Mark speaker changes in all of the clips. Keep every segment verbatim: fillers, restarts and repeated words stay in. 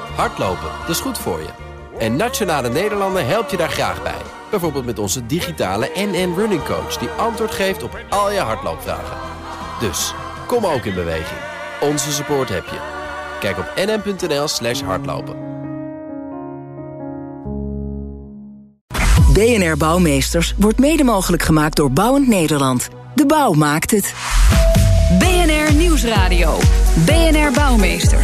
Speaker 1: Hardlopen, dat is goed voor je. En Nationale Nederlanden helpt je daar graag bij. Bijvoorbeeld met onze digitale N N Running Coach... die antwoord geeft op al je hardloopvragen. Dus, kom ook in beweging. Onze support heb je. Kijk op nn.nl slash hardlopen.
Speaker 2: B N R Bouwmeesters wordt mede mogelijk gemaakt door Bouwend Nederland. De bouw maakt het.
Speaker 3: B N R Nieuwsradio. B N R Bouwmeesters.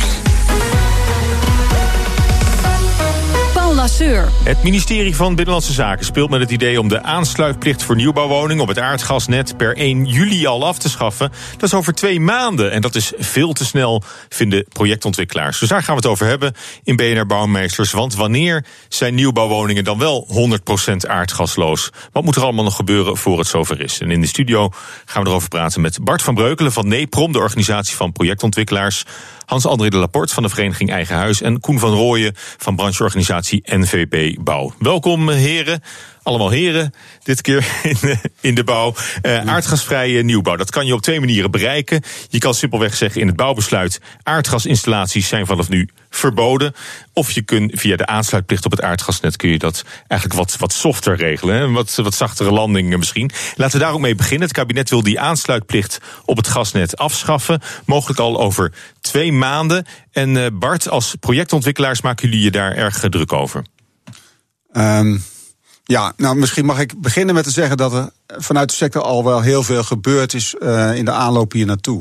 Speaker 4: Het ministerie van Binnenlandse Zaken speelt met het idee om de aansluitplicht voor nieuwbouwwoningen op het aardgasnet per één juli al af te schaffen. Dat is over twee maanden en dat is veel te snel, vinden projectontwikkelaars. Dus daar gaan we het over hebben in B N R Bouwmeesters. Want wanneer zijn nieuwbouwwoningen dan wel honderd procent aardgasloos? Wat moet er allemaal nog gebeuren voor het zover is? En in de studio gaan we erover praten met Bart van Breukelen van NEPROM, de organisatie van projectontwikkelaars. Hans-André de Laporte van de vereniging Eigen Huis en Koen van Rooyen van brancheorganisatie N V B Bouw. Welkom heren, allemaal heren, dit keer in de, in de bouw. Uh, aardgasvrije nieuwbouw, dat kan je op twee manieren bereiken. Je kan simpelweg zeggen in het bouwbesluit: aardgasinstallaties zijn vanaf nu verboden. Of je kunt via de aansluitplicht op het aardgasnet kun je dat eigenlijk wat, wat softer regelen. Hè? Wat, wat zachtere landing misschien. Laten we daar ook mee beginnen. Het kabinet wil die aansluitplicht op het gasnet afschaffen. Mogelijk al over twee maanden. En uh, Bart, als projectontwikkelaars maken jullie je daar erg druk over?
Speaker 5: Um, ja, nou misschien mag ik beginnen met te zeggen dat er vanuit de sector al wel heel veel gebeurd is uh, in de aanloop hier naartoe.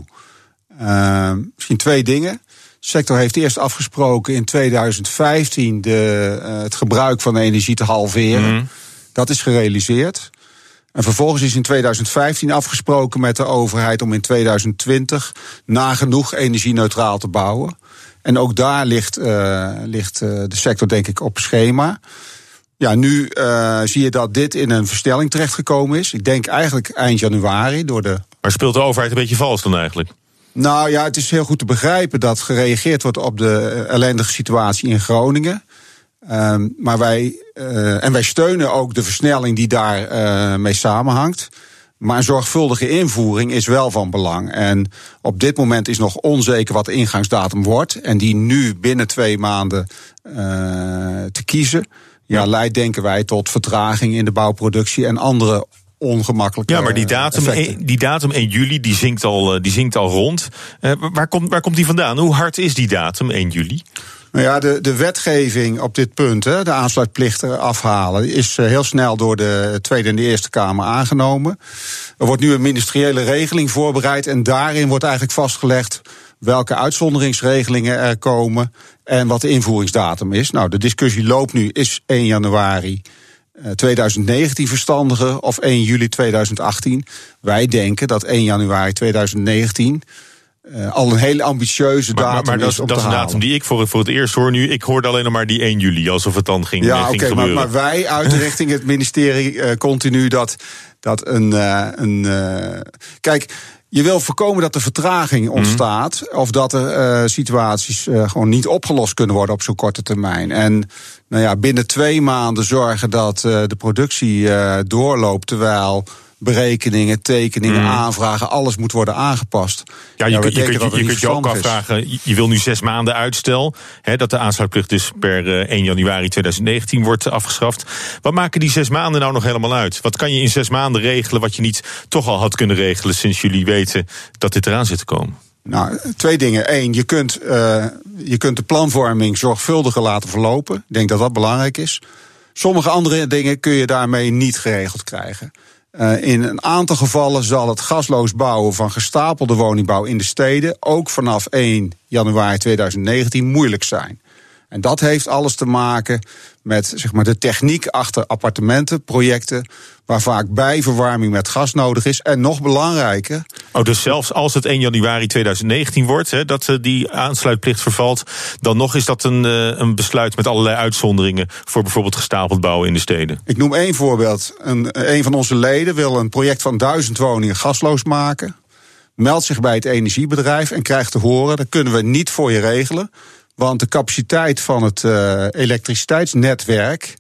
Speaker 5: Uh, misschien twee dingen. De sector heeft eerst afgesproken in tweeduizend vijftien de, uh, het gebruik van de energie te halveren. Mm. Dat is gerealiseerd. En vervolgens is in tweeduizend vijftien afgesproken met de overheid om in tweeduizend twintig nagenoeg energie-neutraal te bouwen. En ook daar ligt, uh, ligt uh, de sector denk ik op schema. Ja, nu uh, zie je dat dit in een versnelling terechtgekomen is. Ik denk eigenlijk eind januari door de...
Speaker 4: Maar speelt de overheid een beetje vals dan eigenlijk?
Speaker 5: Nou ja, het is heel goed te begrijpen dat gereageerd wordt op de ellendige situatie in Groningen. Um, maar wij, uh, en wij steunen ook de versnelling die daar uh, mee samenhangt. Maar een zorgvuldige invoering is wel van belang. En op dit moment is nog onzeker wat de ingangsdatum wordt. En die nu binnen twee maanden uh, te kiezen, ja, ja, leidt, denken wij, tot vertraging in de bouwproductie en andere ongemakkelijke.
Speaker 4: Ja, maar die datum, effecten. die datum één juli, die zinkt al, die zinkt al rond. Uh, waar, komt, waar komt die vandaan? Hoe hard is die datum één juli?
Speaker 5: Nou ja, de, de wetgeving op dit punt, hè, de aansluitplichten afhalen, is heel snel door de Tweede en de Eerste Kamer aangenomen. Er wordt nu een ministeriële regeling voorbereid en daarin wordt eigenlijk vastgelegd welke uitzonderingsregelingen er komen en wat de invoeringsdatum is. Nou, de discussie loopt nu, is één januari tweeduizend negentien verstandiger of één juli tweeduizend achttien? Wij denken dat één januari tweeduizend negentien Uh, al een hele ambitieuze datum
Speaker 4: maar, maar, maar
Speaker 5: is om
Speaker 4: dat,
Speaker 5: te
Speaker 4: dat is een datum die ik voor, voor het eerst hoor nu. Ik hoorde alleen nog maar die één juli, alsof het dan ging,
Speaker 5: ja,
Speaker 4: ging
Speaker 5: okay,
Speaker 4: gebeuren.
Speaker 5: Maar, maar wij uiten richting het ministerie uh, continu dat, dat een... Uh, een uh, kijk, je wil voorkomen dat er vertraging ontstaat, mm-hmm. of dat er uh, situaties uh, gewoon niet opgelost kunnen worden op zo'n korte termijn. En nou ja, binnen twee maanden zorgen dat uh, de productie uh, doorloopt, terwijl berekeningen, tekeningen, mm. aanvragen, alles moet worden aangepast.
Speaker 4: Ja, je, ja, kunt, je, kunt, je, je kunt je ook afvragen, je wil nu zes maanden uitstel, hè, dat de aansluitplicht dus per uh, één januari tweeduizend negentien wordt afgeschaft. Wat maken die zes maanden nou nog helemaal uit? Wat kan je in zes maanden regelen wat je niet toch al had kunnen regelen sinds jullie weten dat dit eraan zit te komen?
Speaker 5: Nou, twee dingen. Eén, je kunt, uh, je kunt de planvorming zorgvuldiger laten verlopen. Ik denk dat dat belangrijk is. Sommige andere dingen kun je daarmee niet geregeld krijgen. Uh, in een aantal gevallen zal het gasloos bouwen van gestapelde woningbouw in de steden ook vanaf één januari tweeduizend negentien moeilijk zijn. En dat heeft alles te maken met zeg maar, de techniek achter appartementenprojecten, waar vaak bijverwarming met gas nodig is. En nog belangrijker.
Speaker 4: Oh, dus zelfs als het één januari tweeduizend negentien wordt, hè, dat uh, die aansluitplicht vervalt, dan nog is dat een, uh, een besluit met allerlei uitzonderingen voor bijvoorbeeld gestapeld bouwen in de steden.
Speaker 5: Ik noem één voorbeeld. Een, een van onze leden wil een project van duizend woningen gasloos maken, meldt zich bij het energiebedrijf en krijgt te horen: dat kunnen we niet voor je regelen, want de capaciteit van het uh, elektriciteitsnetwerk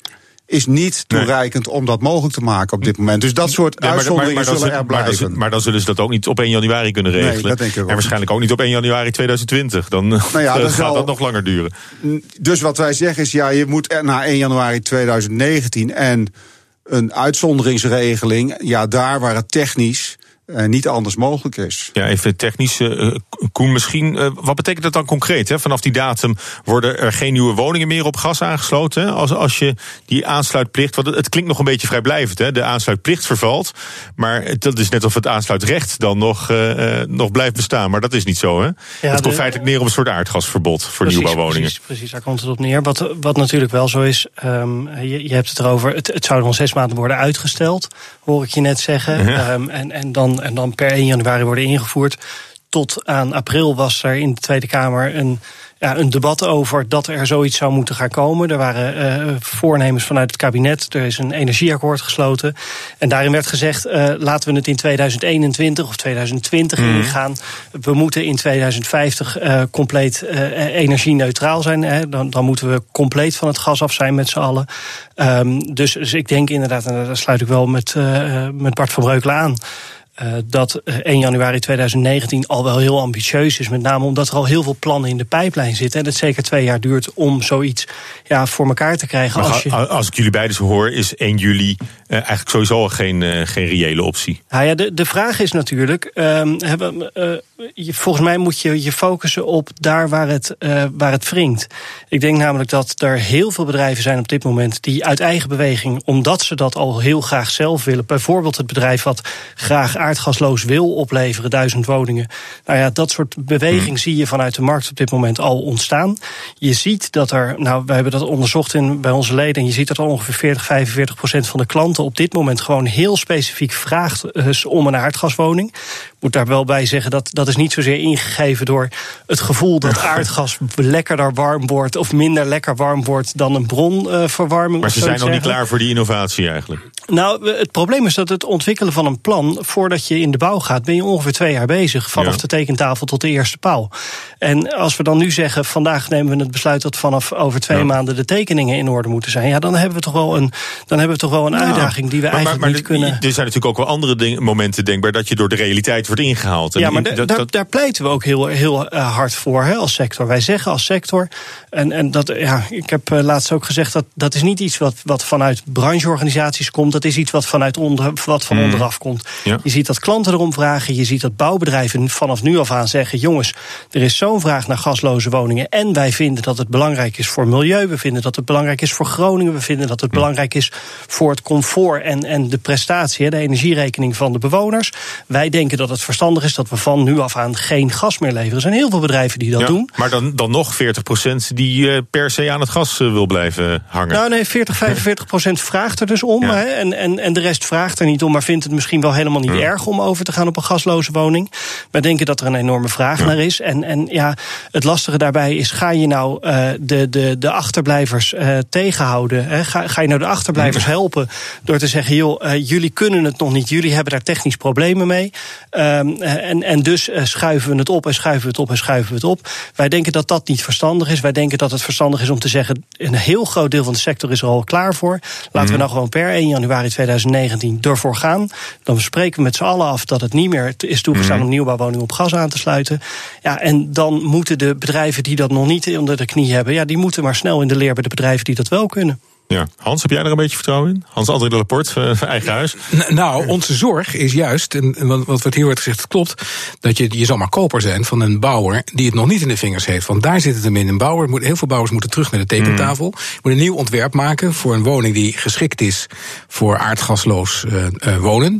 Speaker 5: is niet toereikend nee. om dat mogelijk te maken op dit moment. Dus dat soort nee, uitzonderingen maar, maar, maar zullen er blijven. Maar dan,
Speaker 4: maar dan zullen ze dat ook niet op één januari kunnen regelen. Nee, dat denk ik ook en waarschijnlijk ook niet op één januari tweeduizend twintig. Dan nou ja, gaat zal, dat nog langer duren.
Speaker 5: Dus wat wij zeggen is, ja, je moet na één januari tweeduizend negentien... en een uitzonderingsregeling, ja, daar waar het technisch Uh, niet anders mogelijk is.
Speaker 4: Ja, even technisch, uh, Koen, misschien. Uh, wat betekent dat dan concreet? Hè? Vanaf die datum worden er geen nieuwe woningen meer op gas aangesloten. Hè? Als, als je die aansluitplicht. Want het, het klinkt nog een beetje vrijblijvend. Hè? De aansluitplicht vervalt. Maar dat is net of het aansluitrecht dan nog, uh, uh, nog blijft bestaan. Maar dat is niet zo. Hè? Ja, het komt de, feitelijk neer op een soort aardgasverbod voor precies, nieuwbouwwoningen.
Speaker 6: Precies, precies, daar komt het op neer. Wat, wat natuurlijk wel zo is. Um, je, je hebt het erover. Het, het zou nog zes maanden worden uitgesteld. Hoor ik je net zeggen. Ja. Um, en, en dan. En dan per één januari worden ingevoerd. Tot aan april was er in de Tweede Kamer een, ja, een debat over dat er zoiets zou moeten gaan komen. Er waren uh, voornemens vanuit het kabinet. Er is een energieakkoord gesloten. En daarin werd gezegd, uh, laten we het in tweeduizend eenentwintig of tweeduizend twintig mm. ingaan. We moeten in tweeduizend vijftig uh, compleet uh, energie-neutraal zijn. Hè. Dan, dan moeten we compleet van het gas af zijn met z'n allen. Um, dus, dus ik denk inderdaad, en daar sluit ik wel met, uh, met Bart van Breukelen aan, Uh, dat uh, één januari tweeduizend negentien al wel heel ambitieus is. Met name omdat er al heel veel plannen in de pijplijn zitten. En het zeker twee jaar duurt om zoiets ja, voor elkaar te krijgen.
Speaker 4: Maar
Speaker 6: als, je...
Speaker 4: als ik jullie beiden zo hoor, is één juli uh, eigenlijk sowieso geen, uh, geen reële optie.
Speaker 6: Nou ja, de, de vraag is natuurlijk, um, hebben, uh, je, volgens mij moet je je focussen op daar waar het, uh, waar het wringt. Ik denk namelijk dat er heel veel bedrijven zijn op dit moment die uit eigen beweging, omdat ze dat al heel graag zelf willen, bijvoorbeeld het bedrijf wat graag aardgasloos wil opleveren, duizend woningen. Nou ja, dat soort beweging hmm. zie je vanuit de markt op dit moment al ontstaan. Je ziet dat er, nou, we hebben dat onderzocht in, bij onze leden, en je ziet dat al ongeveer veertig, vijfenveertig procent van de klanten op dit moment gewoon heel specifiek vraagt uh, om een aardgaswoning. Ik moet daar wel bij zeggen, dat dat is niet zozeer ingegeven door het gevoel dat aardgas lekkerder warm wordt of minder lekker warm wordt dan een bronverwarming. Uh,
Speaker 4: maar ze zijn nog niet klaar voor die innovatie eigenlijk.
Speaker 6: Nou, het probleem is dat het ontwikkelen van een plan, voordat je in de bouw gaat, ben je ongeveer twee jaar bezig. Vanaf ja. de tekentafel tot de eerste paal. En als we dan nu zeggen, vandaag nemen we het besluit dat vanaf over twee ja. maanden de tekeningen in orde moeten zijn. Ja, dan hebben we toch wel een, dan hebben we toch wel een nou, uitdaging die we maar, eigenlijk maar, maar niet de, kunnen.
Speaker 4: Er zijn natuurlijk ook wel andere ding, momenten denkbaar dat je door de realiteit wordt ingehaald. En
Speaker 6: ja, maar
Speaker 4: die,
Speaker 6: de,
Speaker 4: dat,
Speaker 6: daar,
Speaker 4: dat...
Speaker 6: daar pleiten we ook heel, heel uh, hard voor hè, als sector. Wij zeggen als sector, en, en dat, ja, ik heb uh, laatst ook gezegd, dat dat is niet iets wat, wat vanuit brancheorganisaties komt. Dat is iets wat vanuit onder, wat van hmm. onderaf komt. Ja. Je ziet dat klanten erom vragen. Je ziet dat bouwbedrijven vanaf nu af aan zeggen, jongens, er is zo'n vraag naar gasloze woningen. En wij vinden dat het belangrijk is voor milieu. We vinden dat het belangrijk is voor Groningen. We vinden dat het hmm. belangrijk is voor het comfort en, en de prestatie, de energierekening van de bewoners. Wij denken dat het verstandig is dat we van nu af aan geen gas meer leveren. Er zijn heel veel bedrijven die dat ja, doen.
Speaker 4: Maar dan, dan nog veertig procent die uh, per se aan het gas uh, wil blijven hangen.
Speaker 6: Nou nee, veertig, vijfenveertig procent vraagt er dus om. Ja. Hè, en, en, en de rest vraagt er niet om, maar vindt het misschien wel helemaal niet ja. erg om over te gaan op een gasloze woning. Wij denken dat er een enorme vraag ja. naar is. En, en ja, het lastige daarbij is, ga je nou uh, de, de, de achterblijvers uh, tegenhouden? Hè? Ga, ga je nou de achterblijvers ja. helpen door te zeggen, joh, uh, jullie kunnen het nog niet, jullie hebben daar technisch problemen mee. Um, en, en dus uh, schuiven we het op en schuiven we het op en schuiven we het op. Wij denken dat dat niet verstandig is. Wij denken dat het verstandig is om te zeggen, een heel groot deel van de sector is er al klaar voor. Laten mm. we nou gewoon per één januari tweeduizend negentien ervoor gaan. Dan spreken we met z'n allen af dat het niet meer is toegestaan mm. om nieuwbouwwoningen op gas aan te sluiten. Ja, en dan moeten de bedrijven die dat nog niet onder de knie hebben, ja, die moeten maar snel in de leer bij de bedrijven die dat wel kunnen.
Speaker 4: Ja. Hans, heb jij er een beetje vertrouwen in? Hans-André de Laporte, uh, eigen huis.
Speaker 7: Nou, onze zorg is juist, en wat, wat hier wordt gezegd klopt, dat je, je zal maar koper zijn van een bouwer die het nog niet in de vingers heeft. Want daar zit het hem in. Een bouwer moet, heel veel bouwers moeten terug naar de tekentafel. Mm. Moet een nieuw ontwerp maken voor een woning die geschikt is voor aardgasloos uh, uh, wonen.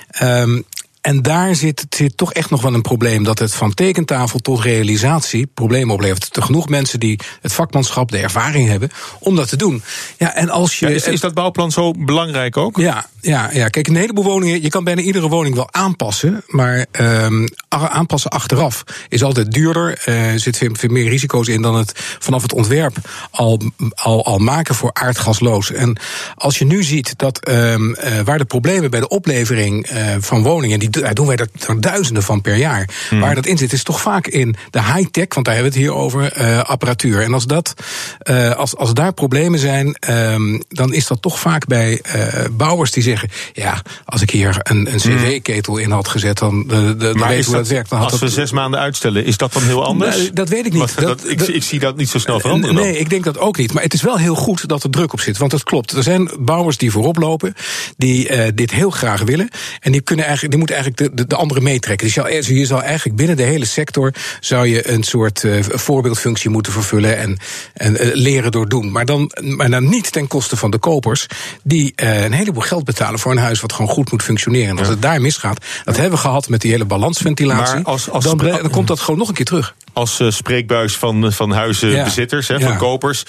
Speaker 7: Um, En daar zit, zit toch echt nog wel een probleem, dat het van tekentafel tot realisatie problemen oplevert. Er genoeg mensen die het vakmanschap, de ervaring hebben om dat te doen. Ja, en als je,
Speaker 4: ja, is, is dat bouwplan zo belangrijk ook?
Speaker 7: Ja, ja, ja, kijk, een heleboel woningen, je kan bijna iedere woning wel aanpassen, maar um, aanpassen achteraf is altijd duurder. Er uh, zit veel, veel meer risico's in dan het vanaf het ontwerp al, al, al maken voor aardgasloos. En als je nu ziet dat um, uh, waar de problemen bij de oplevering uh, van woningen, die daar doen wij er, er duizenden van per jaar, hmm. waar dat in zit, is toch vaak in de high-tech, want daar hebben we het hier over, uh, apparatuur. En als, dat, uh, als, als daar problemen zijn, um, dan is dat toch vaak bij uh, bouwers die zeggen, ja, als ik hier een, een cv-ketel in had gezet, dan, de, de, dan weet hoe dat, dat werkt. Dan had
Speaker 4: als we
Speaker 7: dat,
Speaker 4: zes maanden uitstellen, is dat dan heel anders?
Speaker 7: Nou, dat weet ik niet.
Speaker 4: Dat, dat, ik, ik zie dat niet zo snel veranderen.
Speaker 7: Nee,
Speaker 4: dan.
Speaker 7: ik denk dat ook niet. Maar het is wel heel goed dat er druk op zit. Want dat klopt. Er zijn bouwers die voorop lopen, die uh, dit heel graag willen. En die, kunnen eigenlijk, die moeten eigenlijk de, de, de anderen meetrekken. Dus je zou, je zou eigenlijk binnen de hele sector zou je een soort uh, voorbeeldfunctie moeten vervullen en, en uh, leren door doen. Maar dan, maar dan niet ten koste van de kopers, die uh, een heleboel geld betalen voor een huis wat gewoon goed moet functioneren. En als ja. het daar misgaat, dat hebben we gehad met die hele balansventilatie, maar als, als dan, dan komt dat gewoon nog een keer terug.
Speaker 4: Als uh, spreekbuis van, van huizenbezitters, ja. hè, van ja. kopers.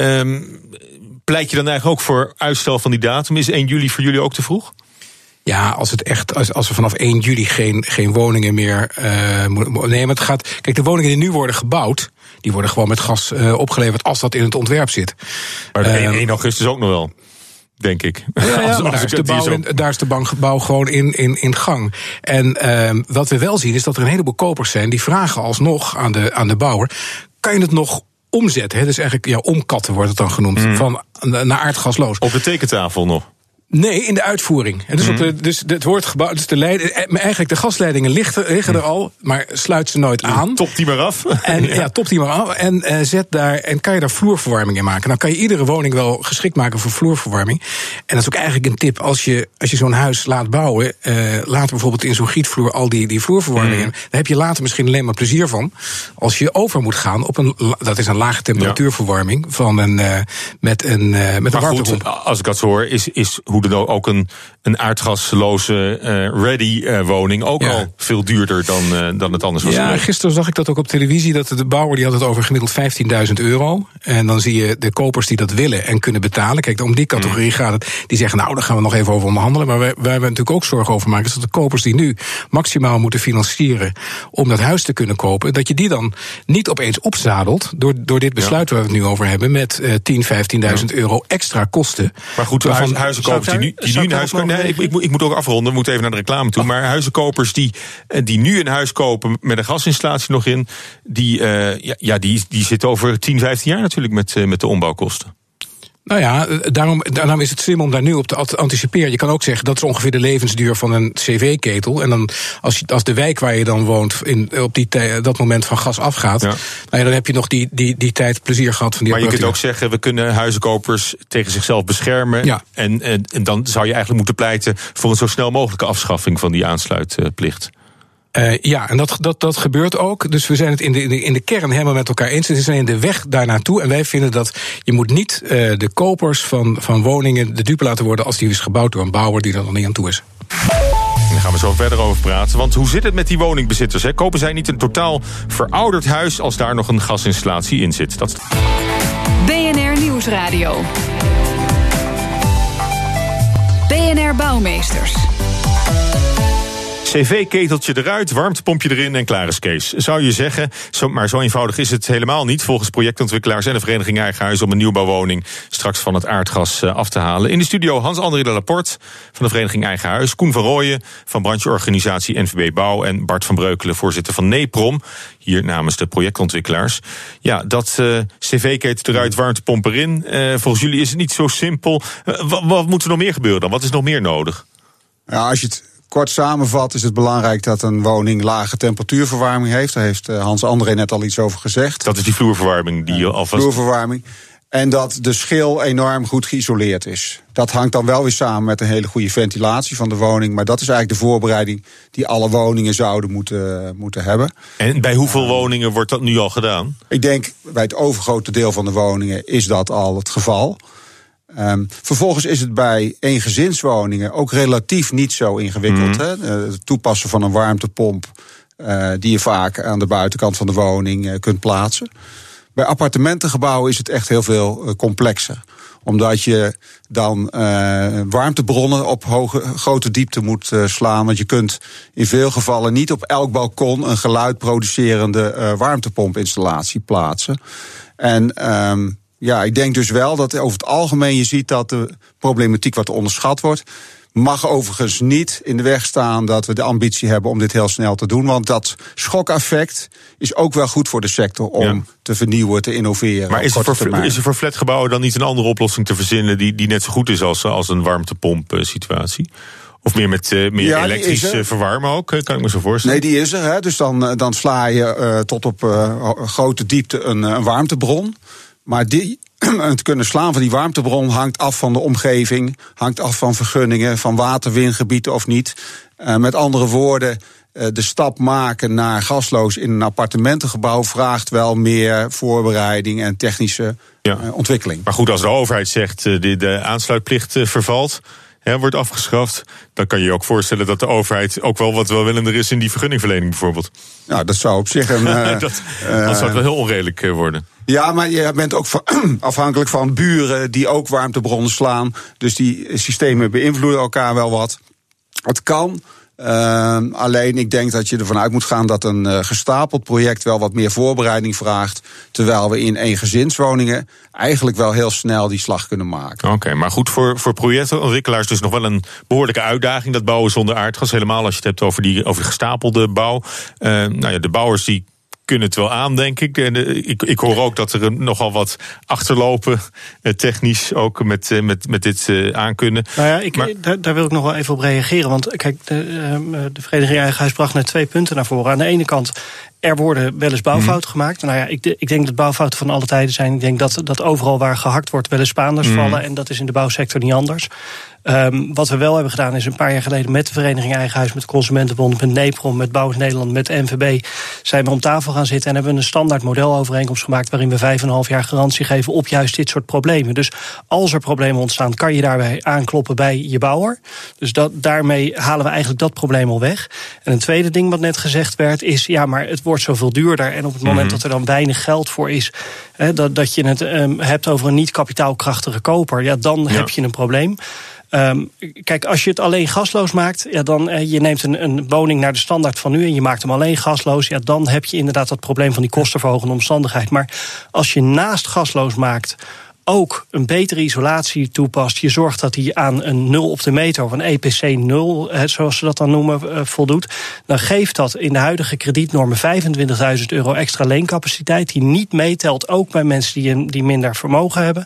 Speaker 4: Um, pleit je dan eigenlijk ook voor uitstel van die datum? Is één juli voor jullie ook te vroeg?
Speaker 7: Ja, als het echt, als, als er vanaf één juli geen, geen woningen meer. Uh, nee, maar het gaat. Kijk, de woningen die nu worden gebouwd, die worden gewoon met gas uh, opgeleverd als dat in het ontwerp zit.
Speaker 4: Maar de uh, één augustus ook nog wel. Denk ik.
Speaker 7: Ja, ja, als, maar als daar, is de bouw in, daar is de bouw gewoon in, in, in gang. En um, wat we wel zien is dat er een heleboel kopers zijn die vragen alsnog aan de, aan de bouwer, kan je het nog omzetten? Hè? Dus eigenlijk, ja, omkatten wordt het dan genoemd, mm. van naar aardgasloos.
Speaker 4: Op de tekentafel nog?
Speaker 7: Nee, in de uitvoering. En dus, mm. op de, dus het wordt gebouwd. Dus de leiding, eigenlijk de gasleidingen liggen, liggen er al, maar sluit ze nooit aan.
Speaker 4: Top die maar af.
Speaker 7: En ja, ja top die maar af. En uh, zet daar en kan je daar vloerverwarming in maken. Dan kan je iedere woning wel geschikt maken voor vloerverwarming. En dat is ook eigenlijk een tip als je als je zo'n huis laat bouwen. Uh, laat bijvoorbeeld in zo'n gietvloer al die die vloerverwarming mm. in. Daar heb je later misschien alleen maar plezier van. Als je over moet gaan op een dat is een lage temperatuurverwarming van een uh, met een uh, met een warmtepomp.
Speaker 4: Als ik dat zo hoor, is is hoe dan ook een, een aardgasloze uh, ready uh, woning ook ja. al veel duurder dan, uh, dan het anders was.
Speaker 7: Ja, geweest. Gisteren zag ik dat ook op televisie, dat de bouwer die had het over gemiddeld vijftienduizend euro. En dan zie je de kopers die dat willen en kunnen betalen. Kijk, om die categorie mm. gaat het. Die zeggen, nou, daar gaan we nog even over onderhandelen. Maar wij, waar we natuurlijk ook zorgen over maken, is dat de kopers die nu maximaal moeten financieren om dat huis te kunnen kopen, dat je die dan niet opeens opzadelt door, door dit besluit ja. waar we het nu over hebben, met uh, tien, vijftienduizend ja. euro extra kosten.
Speaker 4: Maar goed, huis, huizenkopers die nu, die nu een huis kopen. Nee, ik, ik, ik moet ook afronden, we moeten even naar de reclame toe. Oh. Maar huizenkopers die, die nu een huis kopen met een gasinstallatie nog in, die, uh, ja, ja, die, die zitten over tien, vijftien jaar natuurlijk met, uh, met de ombouwkosten.
Speaker 7: Nou ja, daarom, daarom is het slim om daar nu op te anticiperen. Je kan ook zeggen, dat is ongeveer de levensduur van een cv-ketel. En dan, als, je, als de wijk waar je dan woont in, op die tij, dat moment van gas afgaat, ja. Nou ja, dan heb je nog die, die, die tijd plezier gehad van die
Speaker 4: Maar je kunt ook zeggen, we kunnen huizenkopers tegen zichzelf beschermen. Ja. En, en, en dan zou je eigenlijk moeten pleiten voor een zo snel mogelijke afschaffing van die aansluitplicht.
Speaker 7: Uh, ja, en dat, dat, dat gebeurt ook. Dus we zijn het in de, in de, in de kern helemaal met elkaar eens. We zijn in de weg daar naartoe. En wij vinden dat je moet niet uh, de kopers van, van woningen de dupe laten worden als die is gebouwd door een bouwer die er nog niet aan toe is.
Speaker 4: Daar gaan we zo verder over praten. Want hoe zit het met die woningbezitters? Hè? Kopen zij niet een totaal verouderd huis als daar nog een gasinstallatie in zit? Dat is...
Speaker 3: B N R Nieuwsradio. B N R Bouwmeesters.
Speaker 4: cv-keteltje eruit, warmtepompje erin en klaar is Kees. Zou je zeggen, zo, maar zo eenvoudig is het helemaal niet. Volgens projectontwikkelaars en de vereniging Eigen Huis om een nieuwbouwwoning straks van het aardgas af te halen. In de studio Hans-André de Laporte van de vereniging Eigen Huis, Koen van Rooyen van brancheorganisatie N V B Bouw en Bart van Breukelen, voorzitter van NEPROM, hier namens de projectontwikkelaars. Ja, dat uh, cv-ketel eruit, warmtepomp erin. Uh, volgens jullie is het niet zo simpel. Uh, wat, wat moet er nog meer gebeuren dan? Wat is nog meer nodig?
Speaker 5: Ja, als je het kort samenvat is het belangrijk dat een woning lage temperatuurverwarming heeft. Daar heeft Hans-André net al iets over gezegd.
Speaker 4: Dat is die vloerverwarming die je alvast...
Speaker 5: Vloerverwarming. En dat de schil enorm goed geïsoleerd is. Dat hangt dan wel weer samen met een hele goede ventilatie van de woning. Maar dat is eigenlijk de voorbereiding die alle woningen zouden moeten, moeten hebben. En
Speaker 4: bij hoeveel uh, woningen wordt dat nu al gedaan?
Speaker 5: Ik denk bij het overgrote deel van de woningen is dat al het geval. Um, vervolgens is het bij eengezinswoningen ook relatief niet zo ingewikkeld. Mm-hmm. Hè? Het toepassen van een warmtepomp uh, die je vaak aan de buitenkant van de woning uh, kunt plaatsen. Bij appartementengebouwen is het echt heel veel uh, complexer. Omdat je dan uh, warmtebronnen op hoge, grote diepte moet uh, slaan. Want je kunt in veel gevallen niet op elk balkon een geluidproducerende uh, warmtepompinstallatie plaatsen. En um, ja, ik denk dus wel dat over het algemeen je ziet dat de problematiek wat onderschat wordt. Mag overigens niet in de weg staan dat we de ambitie hebben om dit heel snel te doen. Want dat schokeffect is ook wel goed voor de sector om ja. te vernieuwen, te innoveren.
Speaker 4: Maar is er, voor, is er voor flatgebouwen dan niet een andere oplossing te verzinnen die, die net zo goed is als, als een warmtepomp-situatie? Of meer met uh, meer ja, elektrisch verwarmen ook, kan ik me zo voorstellen?
Speaker 5: Nee, die is er. Hè. Dus dan, dan sla je uh, tot op uh, grote diepte een, een warmtebron. Maar die, het kunnen slaan van die warmtebron hangt af van de omgeving, hangt af van vergunningen, van waterwingebieden of niet. Uh, met andere woorden, uh, de stap maken naar gasloos in een appartementengebouw vraagt wel meer voorbereiding en technische ja. uh, ontwikkeling.
Speaker 4: Maar goed, als de overheid zegt uh, de, de aansluitplicht uh, vervalt, He, wordt afgeschaft, dan kan je je ook voorstellen dat de overheid ook wel wat welwillender is in die vergunningverlening bijvoorbeeld.
Speaker 5: Nou, dat zou op zich een... Uh,
Speaker 4: dat, uh, dat zou het wel heel onredelijk uh, worden.
Speaker 5: Ja, maar je bent ook afhankelijk van buren die ook warmtebronnen slaan. Dus die systemen beïnvloeden elkaar wel wat. Het kan. Uh, alleen ik denk dat je ervan uit moet gaan dat een uh, gestapeld project wel wat meer voorbereiding vraagt. Terwijl we in eengezinswoningen eigenlijk wel heel snel die slag kunnen maken.
Speaker 4: Oké, okay, maar goed, voor, voor projectontwikkelaars dus nog wel een behoorlijke uitdaging. Dat bouwen zonder aardgas, helemaal als je het hebt over die, over die gestapelde bouw. Uh, nou ja, de bouwers die kunnen het wel aan, denk ik. ik. Ik hoor ook dat er nogal wat achterlopen, technisch ook met, met, met dit aankunnen.
Speaker 6: Nou ja, ik,
Speaker 4: maar,
Speaker 6: daar, daar wil ik nog wel even op reageren. Want kijk, de, de Vereniging Eigen Huis bracht net twee punten naar voren. Aan de ene kant, er worden wel eens bouwfouten mm. gemaakt. Nou ja, ik, ik denk dat bouwfouten van alle tijden zijn. Ik denk dat, dat overal waar gehakt wordt wel eens Spaanders mm. vallen. En dat is in de bouwsector niet anders. Um, wat we wel hebben gedaan is een paar jaar geleden met de Vereniging Eigen Huis, met de Consumentenbond, met NEPROM, met Bouwers Nederland, met N V B zijn we om tafel gaan zitten en hebben we een standaard modelovereenkomst gemaakt waarin we vijf en een half jaar garantie geven op juist dit soort problemen. Dus als er problemen ontstaan, kan je daarbij aankloppen bij je bouwer. Dus dat, daarmee halen we eigenlijk dat probleem al weg. En een tweede ding wat net gezegd werd is, ja, maar het wordt zoveel duurder en op het moment mm-hmm. dat er dan weinig geld voor is, hè, dat, dat je het um, hebt over een niet kapitaalkrachtige koper, ja, dan ja. heb je een probleem. Um, kijk, als je het alleen gasloos maakt, ja, dan uh, je neemt een, een woning naar de standaard van nu en je maakt hem alleen gasloos, ja, dan heb je inderdaad dat probleem van die kostenverhogende omstandigheid. Maar als je naast gasloos maakt ook een betere isolatie toepast, je zorgt dat hij aan een nul op de meter, of een E P C nul, zoals ze dat dan noemen, voldoet, dan geeft dat in de huidige kredietnormen vijfentwintigduizend euro extra leencapaciteit, die niet meetelt, ook bij mensen die, een, die minder vermogen hebben,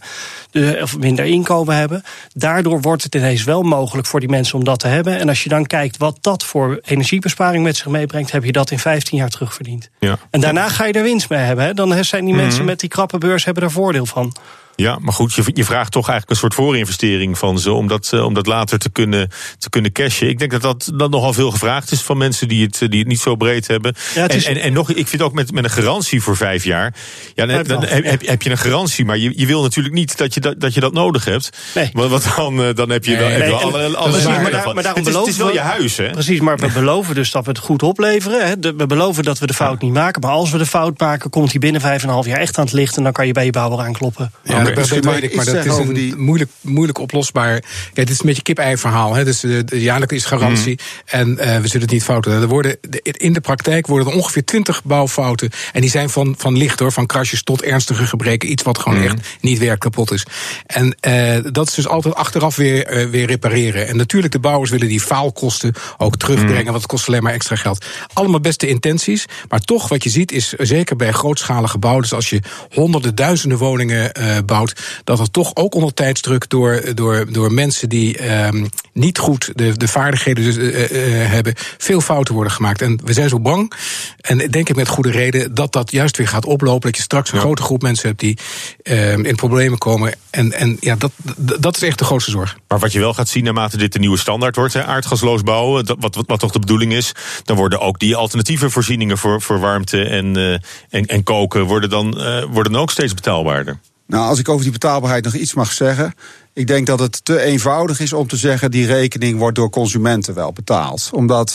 Speaker 6: of minder inkomen hebben. Daardoor wordt het ineens wel mogelijk voor die mensen om dat te hebben. En als je dan kijkt wat dat voor energiebesparing met zich meebrengt, heb je dat in vijftien jaar terugverdiend. Ja. En daarna ga je er winst mee hebben. Hè? Dan zijn die mm-hmm. mensen met die krappe beurs hebben er voordeel van.
Speaker 4: Ja, maar goed, je, je vraagt toch eigenlijk een soort voorinvestering van ze om dat, uh, om dat later te kunnen, te kunnen cashen. Ik denk dat dat, dat nogal veel gevraagd is van mensen die het, die het niet zo breed hebben. Ja, is... en, en, en nog, ik vind ook met, met een garantie voor vijf jaar. Ja, dan, dan heb, heb, heb je een garantie, maar je, je wil natuurlijk niet dat je dat, dat, je dat nodig hebt. Nee. Want, want dan, dan heb je, dan, nee, heb je nee, alle, alle
Speaker 6: precies, maar,
Speaker 4: daar,
Speaker 6: maar daarom
Speaker 4: het, is, het is wel
Speaker 6: we,
Speaker 4: je huis, hè?
Speaker 6: Precies, maar we beloven dus dat we het goed opleveren. Hè. De, we beloven dat we de fout ja. niet maken. Maar als we de fout maken, komt hij binnen vijf en een half jaar echt aan het licht en dan kan je bij je bouwer aankloppen.
Speaker 7: Ja, okay. dat, dat weet ik, maar dat is een die... moeilijk, moeilijk oplosbaar. Kijk, het is een beetje kip-ei verhaal. Hè. Dus de, de jaarlijks is garantie mm. en uh, we zullen het niet fouten. Er worden, de, in de praktijk worden er ongeveer twintig bouwfouten. En die zijn van, van licht hoor, van krasjes tot ernstige gebreken. Iets wat gewoon mm. echt niet werkt, kapot is. En uh, dat is dus altijd achteraf weer, uh, weer repareren. En natuurlijk, de bouwers willen die faalkosten ook terugbrengen. Mm. Want het kost alleen maar extra geld. Allemaal beste intenties. Maar toch, wat je ziet, is zeker bij grootschalige bouw. Dus als je honderden, duizenden woningen uh, bouwt, dat er toch ook onder tijdsdruk door, door, door mensen die um, niet goed de, de vaardigheden dus, uh, uh, hebben, veel fouten worden gemaakt. En we zijn zo bang, en denk ik met goede reden, dat dat juist weer gaat oplopen. Dat je straks een ja. grote groep mensen hebt die uh, in problemen komen. En, en ja, dat, dat is echt de grootste zorg.
Speaker 4: Maar wat je wel gaat zien naarmate dit de nieuwe standaard wordt, hè, aardgasloos bouwen, dat, wat, wat, wat toch de bedoeling is, dan worden ook die alternatieve voorzieningen voor, voor warmte en, uh, en, en koken worden dan, uh, worden dan ook steeds betaalbaarder.
Speaker 5: Nou, als ik over die betaalbaarheid nog iets mag zeggen, ik denk dat het te eenvoudig is om te zeggen die rekening wordt door consumenten wel betaald. Omdat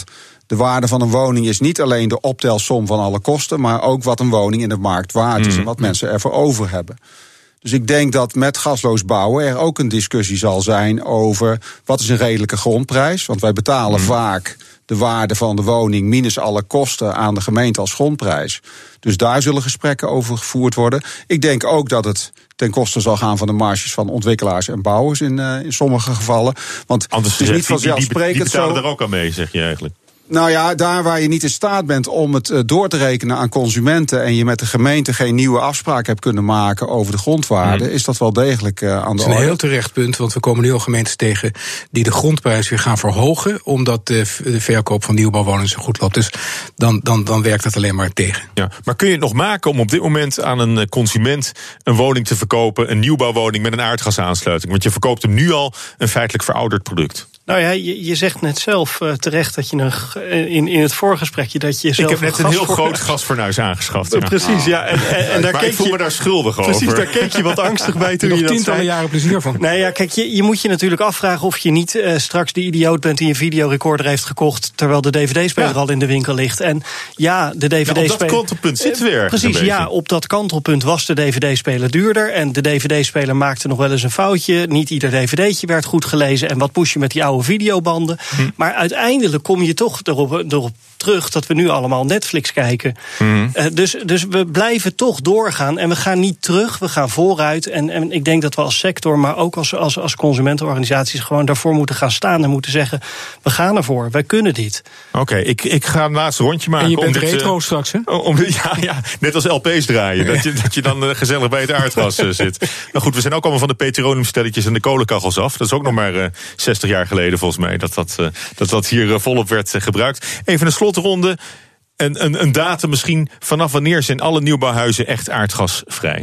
Speaker 5: de waarde van een woning is niet alleen de optelsom van alle kosten, maar ook wat een woning in de markt waard is mm. en wat mensen ervoor over hebben. Dus ik denk dat met gasloos bouwen er ook een discussie zal zijn over wat is een redelijke grondprijs. Want wij betalen mm. vaak de waarde van de woning minus alle kosten aan de gemeente als grondprijs. Dus daar zullen gesprekken over gevoerd worden. Ik denk ook dat het ten koste zal gaan van de marges van ontwikkelaars en bouwers in, uh, in sommige gevallen. Want
Speaker 4: anders
Speaker 5: het is niet vanzelfsprekend
Speaker 4: die, die, die betalen
Speaker 5: zo.
Speaker 4: er ook aan mee, zeg je eigenlijk.
Speaker 5: Nou ja, daar waar je niet in staat bent om het uh, door te rekenen aan consumenten en je met de gemeente geen nieuwe afspraak hebt kunnen maken over de grondwaarde, hmm. is dat wel degelijk uh, aan de orde.
Speaker 7: Dat is een heel terecht punt, want we komen nu al gemeentes tegen die de grondprijs weer gaan verhogen, omdat de, de verkoop van nieuwbouwwoningen zo goed loopt. Dus dan, dan, dan werkt dat alleen maar tegen.
Speaker 4: Ja, maar kun je het nog maken om op dit moment aan een consument een woning te verkopen, een nieuwbouwwoning met een aardgasaansluiting? Want je verkoopt hem nu al een feitelijk verouderd product.
Speaker 6: Nou ja, je, je zegt net zelf uh, terecht dat je een, in, in het voorgesprekje dat je zelf.
Speaker 4: Ik heb net een, een heel groot gasfornuis aangeschaft. Ja.
Speaker 6: Precies, ja. En, en, en daar
Speaker 4: maar
Speaker 6: keek
Speaker 4: ik voel
Speaker 6: je,
Speaker 4: me daar schuldig
Speaker 6: precies,
Speaker 4: over.
Speaker 6: Precies, daar keek je wat angstig bij toen je dat
Speaker 7: tientallen
Speaker 6: zei.
Speaker 7: jaren plezier van.
Speaker 6: Nee, ja, kijk, je, je moet je natuurlijk afvragen of je niet uh, straks de idioot bent die een videorecorder heeft gekocht terwijl de D V D-speler ja. al in de winkel ligt. En ja, de D V D-speler.
Speaker 4: Ja, op dat kantelpunt zitten we ergens.
Speaker 6: Precies, ja, op dat kantelpunt was de D V D-speler duurder en de D V D-speler maakte nog wel eens een foutje. Niet ieder D V D'tje werd goed gelezen en wat moest je met die oude videobanden? Hm. Maar uiteindelijk kom je toch erop, erop terug dat we nu allemaal Netflix kijken. Mm. Uh, dus, dus we blijven toch doorgaan en we gaan niet terug, we gaan vooruit. En, en ik denk dat we als sector, maar ook als, als, als consumentenorganisaties gewoon daarvoor moeten gaan staan en moeten zeggen, we gaan ervoor, wij kunnen dit.
Speaker 4: Oké, okay, ik, ik ga een laatste rondje maken.
Speaker 7: En je bent
Speaker 4: om
Speaker 7: retro
Speaker 4: dit,
Speaker 7: straks, hè?
Speaker 4: Om, ja, ja, net als L P's draaien, dat je, dat je dan uh, gezellig bij het aardgas uh, zit. Maar goed, we zijn ook allemaal van de petroleumstelletjes en de kolenkachels af. Dat is ook nog maar uh, zestig jaar geleden volgens mij, dat dat, uh, dat, dat hier uh, volop werd uh, gebruikt. Even een slotronde. Een, een, een datum misschien, vanaf wanneer zijn alle nieuwbouwhuizen echt aardgasvrij?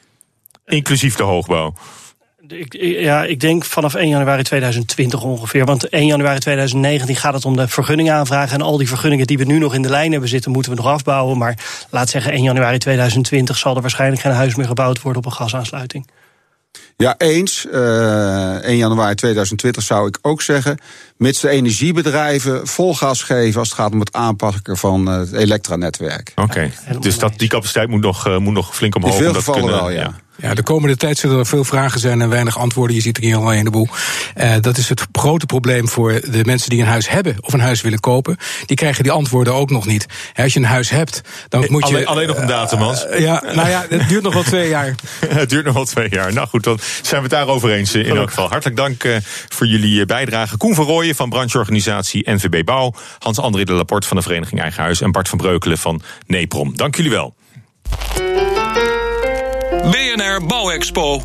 Speaker 4: Inclusief de hoogbouw.
Speaker 6: Ik, ja, ik denk vanaf één januari tweeduizend twintig ongeveer. Want één januari tweeduizend negentien gaat het om de vergunningen aanvragen. En al die vergunningen die we nu nog in de lijn hebben zitten, moeten we nog afbouwen. Maar laat zeggen, één januari tweeduizend twintig zal er waarschijnlijk geen huis meer gebouwd worden op een gasaansluiting.
Speaker 5: Ja, eens. Uh, één januari tweeduizend twintig zou ik ook zeggen. Mits de energiebedrijven vol gas geven als het gaat om het aanpakken van uh, het elektranetwerk.
Speaker 4: Oké, okay. ja, dus dat, die capaciteit moet nog, uh, moet nog flink omhoog.
Speaker 5: In veel
Speaker 4: om dat
Speaker 5: gevallen
Speaker 4: kunnen,
Speaker 5: wel, ja.
Speaker 4: ja.
Speaker 7: Ja, de komende tijd zullen er veel vragen zijn en weinig antwoorden. Je ziet er hier al een heleboel. Uh, dat is het grote probleem voor de mensen die een huis hebben of een huis willen kopen. Die krijgen die antwoorden ook nog niet. He, als je een huis hebt, dan moet je...
Speaker 4: Alleen, alleen nog een datum, Hans.
Speaker 7: Uh, ja, nou ja, het duurt nog wel twee jaar.
Speaker 4: Het duurt nog wel twee jaar. Nou goed, dan zijn we het daarover eens in elk geval. Hartelijk dank uh, voor jullie bijdrage. Koen van Rooyen van brancheorganisatie N V B Bouw. Hans-André de Laporte van de Vereniging Eigen Huis. En Bart van Breukelen van Neprom. Dank jullie wel.
Speaker 8: B N R Bouwexpo.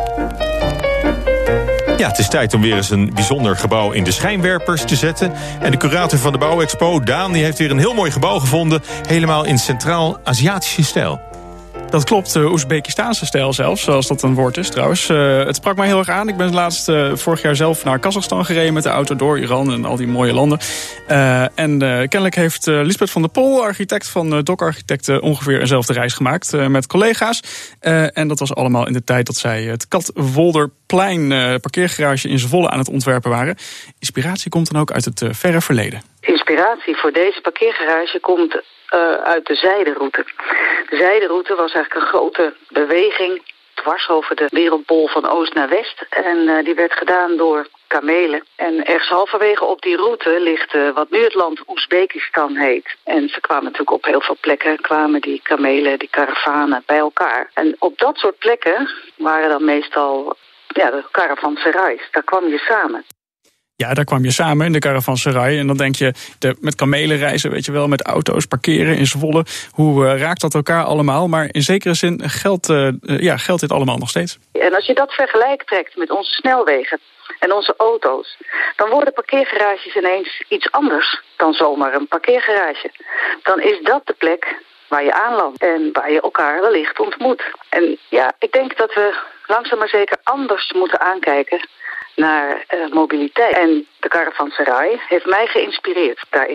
Speaker 4: Ja, het is tijd om weer eens een bijzonder gebouw in de schijnwerpers te zetten. En de curator van de Bouwexpo, Daan, die heeft weer een heel mooi gebouw gevonden. Helemaal in Centraal-Aziatische stijl.
Speaker 9: Dat klopt, uh, Oezbekistaanse stijl zelfs, zoals dat een woord is trouwens. Uh, het sprak mij heel erg aan. Ik ben laatst uh, vorig jaar zelf naar Kazachstan gereden met de auto door Iran en al die mooie landen. Uh, en uh, kennelijk heeft uh, Lisbeth van der Pol, architect van uh, D O C Architecten, ongeveer eenzelfde reis gemaakt uh, met collega's. Uh, en dat was allemaal in de tijd dat zij het Katwolderplein uh, parkeergarage in Zwolle aan het ontwerpen waren. Inspiratie komt dan ook uit het uh, verre verleden.
Speaker 10: Inspiratie voor deze parkeergarage komt Uh, uit de zijderoute. De zijderoute was eigenlijk een grote beweging dwars over de wereldbol van oost naar west. En uh, die werd gedaan door kamelen. En ergens halverwege op die route ligt uh, wat nu het land Oezbekistan heet. En ze kwamen natuurlijk op heel veel plekken, kwamen die kamelen, die karavanen bij elkaar. En op dat soort plekken waren dan meestal ja, de caravanserais. Daar kwam je samen.
Speaker 9: Ja, daar kwam je samen in de caravanserai. En dan denk je, de, met kamelen reizen, weet je wel, met auto's, parkeren in Zwolle. Hoe uh, raakt dat elkaar allemaal? Maar in zekere zin geldt, uh, uh, ja, geldt dit allemaal nog steeds.
Speaker 10: En als je dat vergelijk trekt met onze snelwegen en onze auto's, dan worden parkeergarages ineens iets anders dan zomaar een parkeergarage. Dan is dat de plek waar je aanlandt en waar je elkaar wellicht ontmoet. En ja, ik denk dat we langzaam maar zeker anders moeten aankijken naar uh, mobiliteit. En de caravanserai heeft mij geïnspireerd daarin.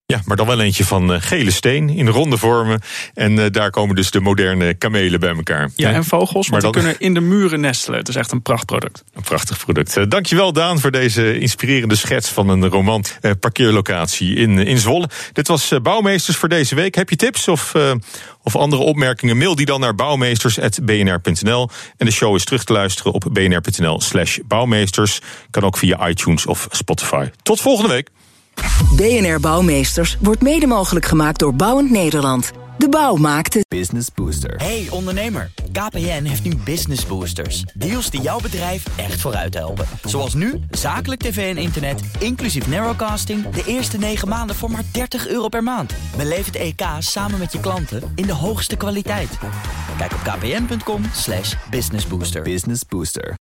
Speaker 4: Ja, maar dan wel eentje van uh, gele steen in ronde vormen. En uh, daar komen dus de moderne kamelen bij elkaar.
Speaker 9: Ja,
Speaker 4: He?
Speaker 9: en vogels, maar die
Speaker 4: dan...
Speaker 9: kunnen in de muren nestelen. Het is echt een prachtproduct.
Speaker 4: Een prachtig product. Uh, dankjewel Daan voor deze inspirerende schets van een roman uh, parkeerlocatie in, uh, in Zwolle. Dit was uh, Bouwmeesters voor deze week. Heb je tips of, uh, of andere opmerkingen? Mail die dan naar bouwmeesters apenstaartje b n r punt n l. En de show is terug te luisteren op bnr.nl slash bouwmeesters. Kan ook via iTunes of Spotify. Tot volgende week.
Speaker 2: B N R Bouwmeesters wordt mede mogelijk gemaakt door Bouwend Nederland. De bouw maakt het.
Speaker 11: Business Booster. Hey ondernemer, K P N heeft nu Business Boosters. Deals die jouw bedrijf echt vooruit helpen. Zoals nu, zakelijk tv en internet, inclusief narrowcasting... de eerste negen maanden voor maar dertig euro per maand. Beleef het E K samen met je klanten in de hoogste kwaliteit. Kijk op kpn punt com slash businessbooster. Business Booster.